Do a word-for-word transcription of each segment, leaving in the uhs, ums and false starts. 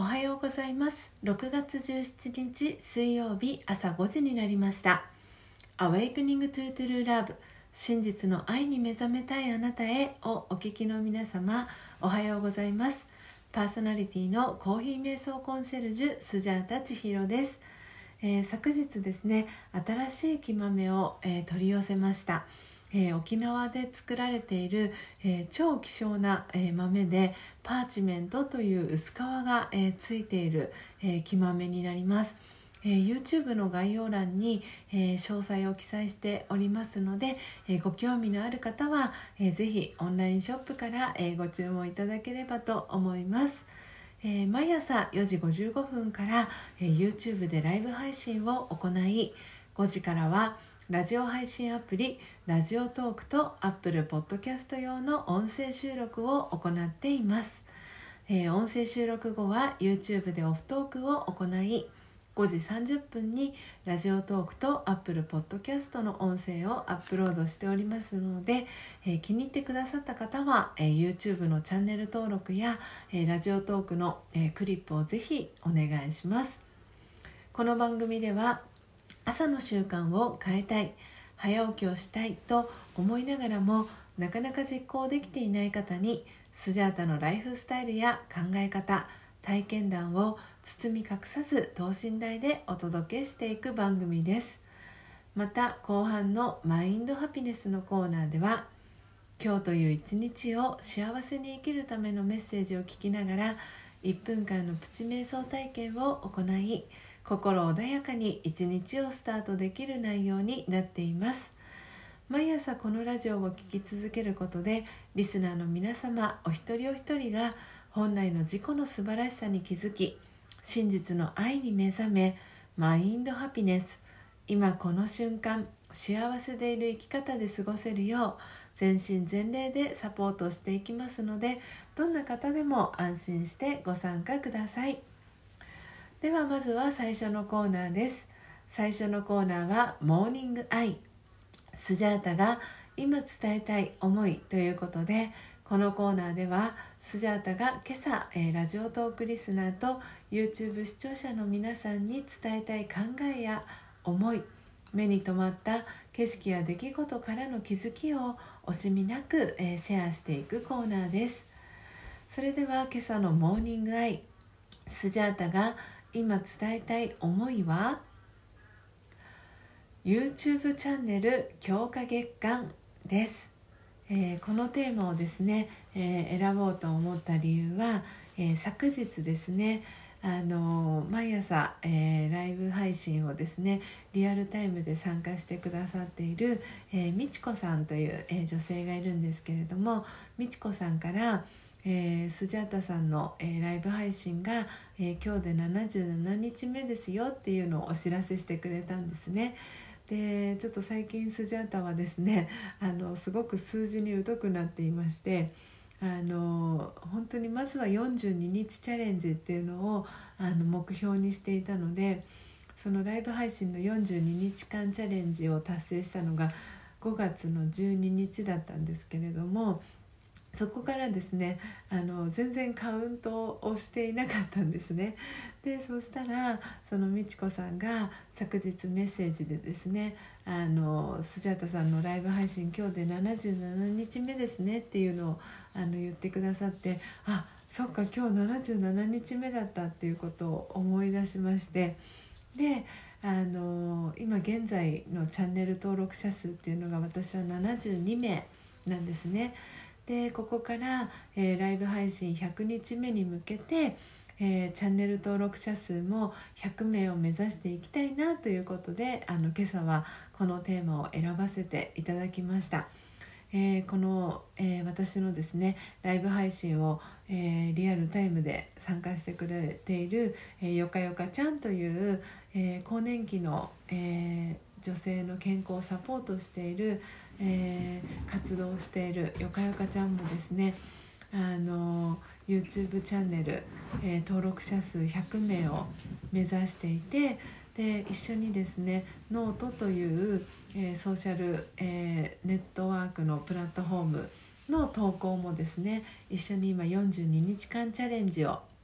はようございます。ろくがつじゅうしちにち水曜日朝ごじになりました。 Awakening to True Love 真実の愛に目覚めたいあなたへをお聞きの皆様、おはようございます。パーソナリティのコーヒー瞑想コンシェルジュスジャータ千尋です。えー、昨日ですね、新しい木豆を、えー、取り寄せました。えー、沖縄で作られている、えー、超希少な、えー、豆でパーチメントという薄皮が、えー、ついている、えー、木豆になります。えー、YouTube の概要欄に、えー、詳細を記載しておりますので、えー、ご興味のある方は、えー、ぜひオンラインショップから、えー、ご注文いただければと思います。えー、毎朝よじごじゅうごふんから、えー、YouTube でライブ配信を行い、ごじからはラジオ配信アプリラジオトークと Apple Podcast 用の音声収録を行っています。えー、音声収録後は YouTube でオフトークを行い、ごじさんじゅっぷんにラジオトークと Apple Podcast の音声をアップロードしておりますので、えー、気に入ってくださった方は、えー、YouTube のチャンネル登録や、えー、ラジオトークの、えー、クリップをぜひお願いします。この番組では朝の習慣を変えたい、早起きをしたいと思いながらもなかなか実行できていない方に、スジャータのライフスタイルや考え方、体験談を包み隠さず等身大でお届けしていく番組です。また後半のマインドハピネスのコーナーでは、今日という一日を幸せに生きるためのメッセージを聞きながらいっぷんかんのプチ瞑想体験を行い、心穏やかに一日をスタートできる内容になっています。毎朝このラジオを聞き続けることで、リスナーの皆様お一人お一人が本来の自己の素晴らしさに気づき、真実の愛に目覚め、マインドハピネス、今この瞬間幸せでいる生き方で過ごせるよう全身全霊でサポートしていきますので、どんな方でも安心してご参加ください。ではまずは最初のコーナーです。最初のコーナーはモーニングアイ、スジャータが今伝えたい思いということで、このコーナーではスジャータが今朝、えー、ラジオトークリスナーと YouTube 視聴者の皆さんに伝えたい考えや思い、目に留まった景色や出来事からの気づきを惜しみなく、えー、シェアしていくコーナーです。それでは今朝のモーニングアイ、スジャータが今伝えたい思いは YouTube チャンネル強化月間です。えー、このテーマをですね、えー、選ぼうと思った理由は、えー、昨日ですね、あのー、毎朝、えー、ライブ配信をですねリアルタイムで参加してくださっている、えー、みちこさんという、えー、女性がいるんですけれども、みちこさんからえー、スジャータさんの、えー、ライブ配信が、えー、今日でななじゅうななにちめですよっていうのをお知らせしてくれたんですね。でちょっと最近スジャータはですね、あのすごく数字に疎くなっていまして、あの本当にまずはよんじゅうににちチャレンジっていうのをあの目標にしていたので、そのライブ配信のよんじゅうににちかんチャレンジを達成したのがごがつのじゅうににちだったんですけれども、そこからですね、あの全然カウントをしていなかったんですね。でそしたらそのみちこさんが昨日メッセージでですね、あのスジャータさんのライブ配信今日でななじゅうななにちめですねっていうのをあの言ってくださって、あ、そっか今日ななじゅうななにちめだったっていうことを思い出しまして、であの今現在のチャンネル登録者数っていうのが私はななじゅうにめいなんですね。でここから、えー、ライブ配信ひゃくにちめに向けて、えー、チャンネル登録者数もひゃくめいを目指していきたいなということで、あの今朝はこのテーマを選ばせていただきました。えー、この、えー、私のですねライブ配信を、えー、リアルタイムで参加してくれている、えー、よかよかちゃんという、えー、更年期の、えー女性の健康をサポートしている、えー、活動をしているよかよかちゃんもですね、あの YouTube チャンネル、えー、登録者数ひゃくめいを目指していて、で一緒にですねノートという、えー、ソーシャル、えー、ネットワークのプラットフォームの投稿もですね一緒に今よんじゅうににちかんチャレンジを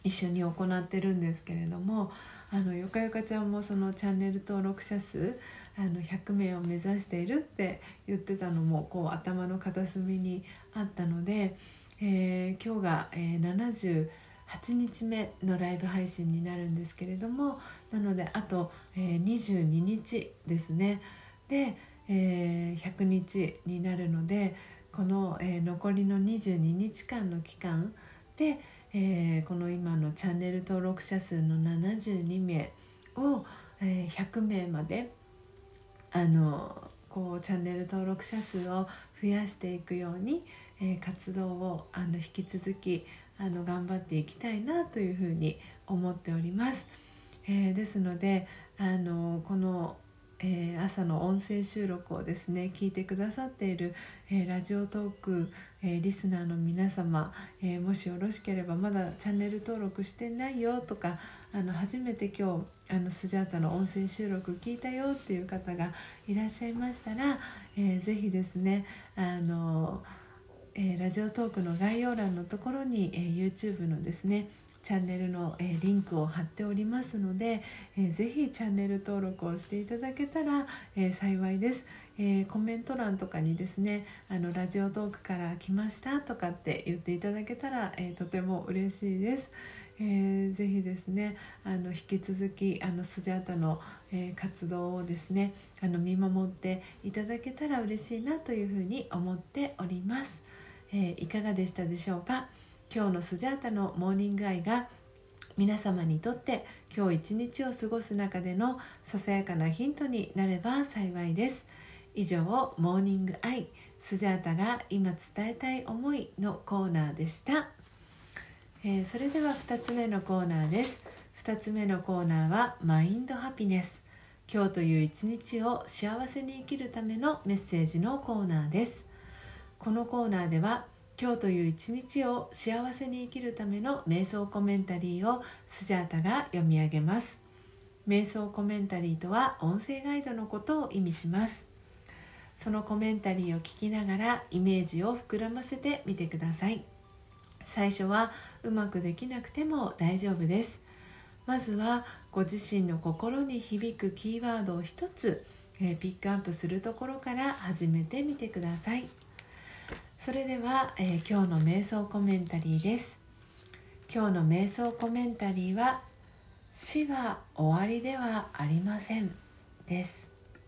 一緒に行ってるんですけれども、あのよかよかちゃんもそのチャンネル登録者数あのひゃくめいを目指しているって言ってたのもこう頭の片隅にあったので、えー、今日が、えー、ななじゅうはちにちめのライブ配信になるんですけれども、なのであと、えー、にじゅうににちですね。で、えー、ひゃくにちになるので、この、えー、残りのにじゅうににちかんの期間で、えー、この今のチャンネル登録者数のななじゅうにめいを、えー、ひゃくめいまであのこうチャンネル登録者数を増やしていくように、えー、活動をあの引き続きあの頑張っていきたいなというふうに思っております。えー、ですのであのこのえー、朝の音声収録をですね聞いてくださっている、えー、ラジオトーク、えー、リスナーの皆様、えー、もしよろしければまだチャンネル登録してないよとか、あの初めて今日あのスジャータの音声収録聞いたよっていう方がいらっしゃいましたら、えー、ぜひですねあの、えー、ラジオトークの概要欄のところに、えー、YouTube のですねチャンネルの、えー、リンクを貼っておりますので、えー、ぜひチャンネル登録をしていただけたら、えー、幸いです。えー、コメント欄とかにですねあのラジオトークから来ましたとかって言っていただけたら、えー、とても嬉しいです。えー、ぜひですねあの引き続きあのスジャータの、えー、活動をですねあの見守っていただけたら嬉しいなというふうに思っております。えー、いかがでしたでしょうか。今日のスジャータのモーニングアイが皆様にとって今日一日を過ごす中でのささやかなヒントになれば幸いです。以上、モーニングアイスジャータが今伝えたい思いのコーナーでした。えー、それではふたつめのコーナーです。ふたつめのコーナーはマインドハピネス。今日という一日を幸せに生きるためのメッセージのコーナーです。このコーナーでは今日という一日を幸せに生きるための瞑想コメンタリーをスジャータが読み上げます。瞑想コメンタリーとは音声ガイドのことを意味します。そのコメンタリーを聞きながらイメージを膨らませてみてください。最初はうまくできなくても大丈夫です。まずはご自身の心に響くキーワードを一つ、えー、ピックアップするところから始めてみてください。それでは、えー、今日の瞑想コメンタリーです。今日の瞑想コメンタリーは死は終わりではありませんです。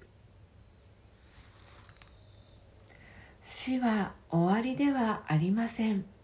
死は終わりではありません。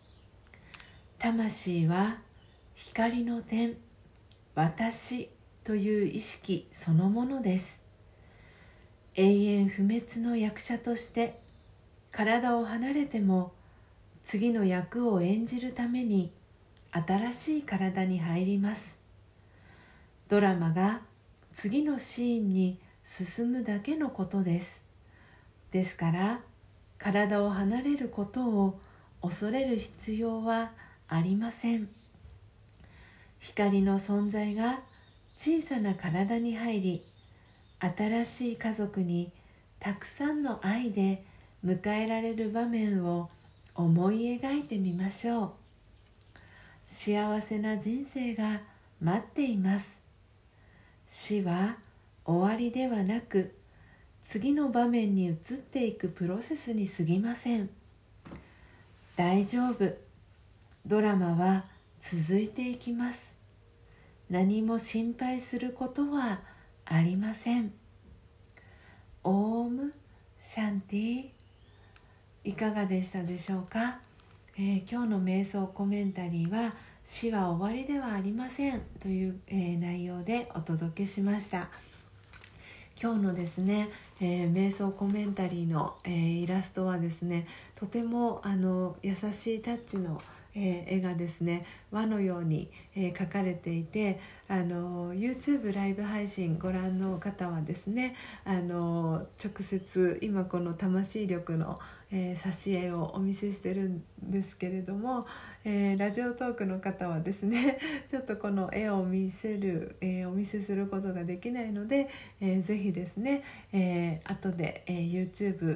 魂は光の点、私という意識そのものです。永遠不滅の役者として体を離れても次の役を演じるために新しい体に入ります。ドラマが次のシーンに進むだけのことです。ですから体を離れることを恐れる必要はありません。光の存在が小さな体に入り、新しい家族にたくさんの愛で迎えられる場面を思い描いてみましょう。幸せな人生が待っています。死は終わりではなく、次の場面に移っていくプロセスに過ぎません。大丈夫。ドラマは続いていきます。何も心配することはありません。オームシャンティ。いかがでしたでしょうか。えー、今日の瞑想コメンタリーは死は終わりではありませんという、えー、内容でお届けしました。今日のですね、えー、瞑想コメンタリーの、えー、イラストはですね、とてもあの優しいタッチの、えー、絵がですね輪のように、えー、描かれていて、あの YouTube ライブ配信ご覧の方はですね、あの直接今この魂力の、えー、挿絵をお見せしてるんですけれども、えー、ラジオトークの方はですねちょっとこの絵を見せる、えー、お見せすることができないので、えー、ぜひですね、えー、後で、えー、YouTube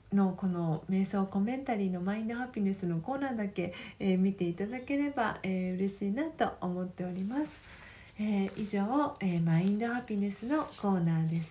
のこの瞑想コメンタリーのマインドハピネスのコーナーだけ、えー、見ていただければ、えー、嬉しいなと思っております。えー、以上、えー、マインドハピネスのコーナーでした。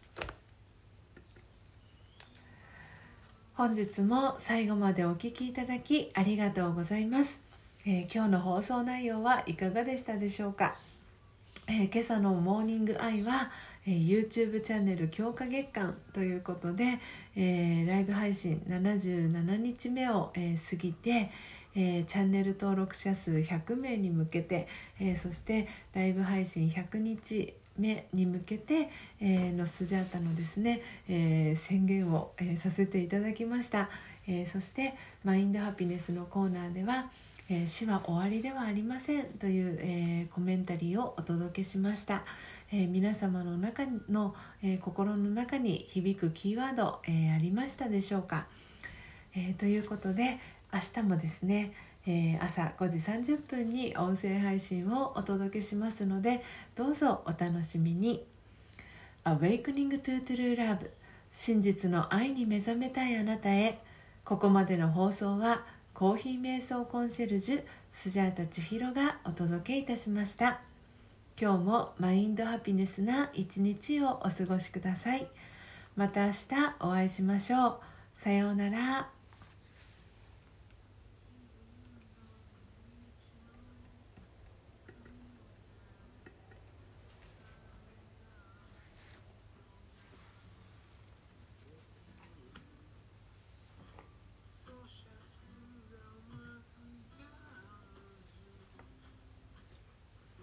本日も最後までお聞きいただきありがとうございます。えー、今日の放送内容はいかがでしたでしょうか。えー、今朝のモーニングアイは、えー、YouTube チャンネル強化月間ということで、えー、ライブ配信ななじゅうななにちめを、えー、過ぎて、えー、チャンネル登録者数ひゃくめいに向けて、えー、そしてライブ配信ひゃくにちめに向けて、えー、のスジャータのですね、えー、宣言を、えー、させていただきました。えー、そしてマインドハピネスのコーナーでは、えー、死は終わりではありませんという、えー、コメンタリーをお届けしました。えー、皆様の中の、えー、心の中に響くキーワード、えー、ありましたでしょうか。えー、ということで明日もですね、えー、朝ごじさんじゅっぷんに音声配信をお届けしますので、どうぞお楽しみに。 Awakening to True Love 真実の愛に目覚めたいあなたへ。ここまでの放送はコーヒー瞑想コンシェルジュスジャータ千尋がお届けいたしました。今日もマインドハピネスな一日をお過ごしください。また明日お会いしましょう。さようなら。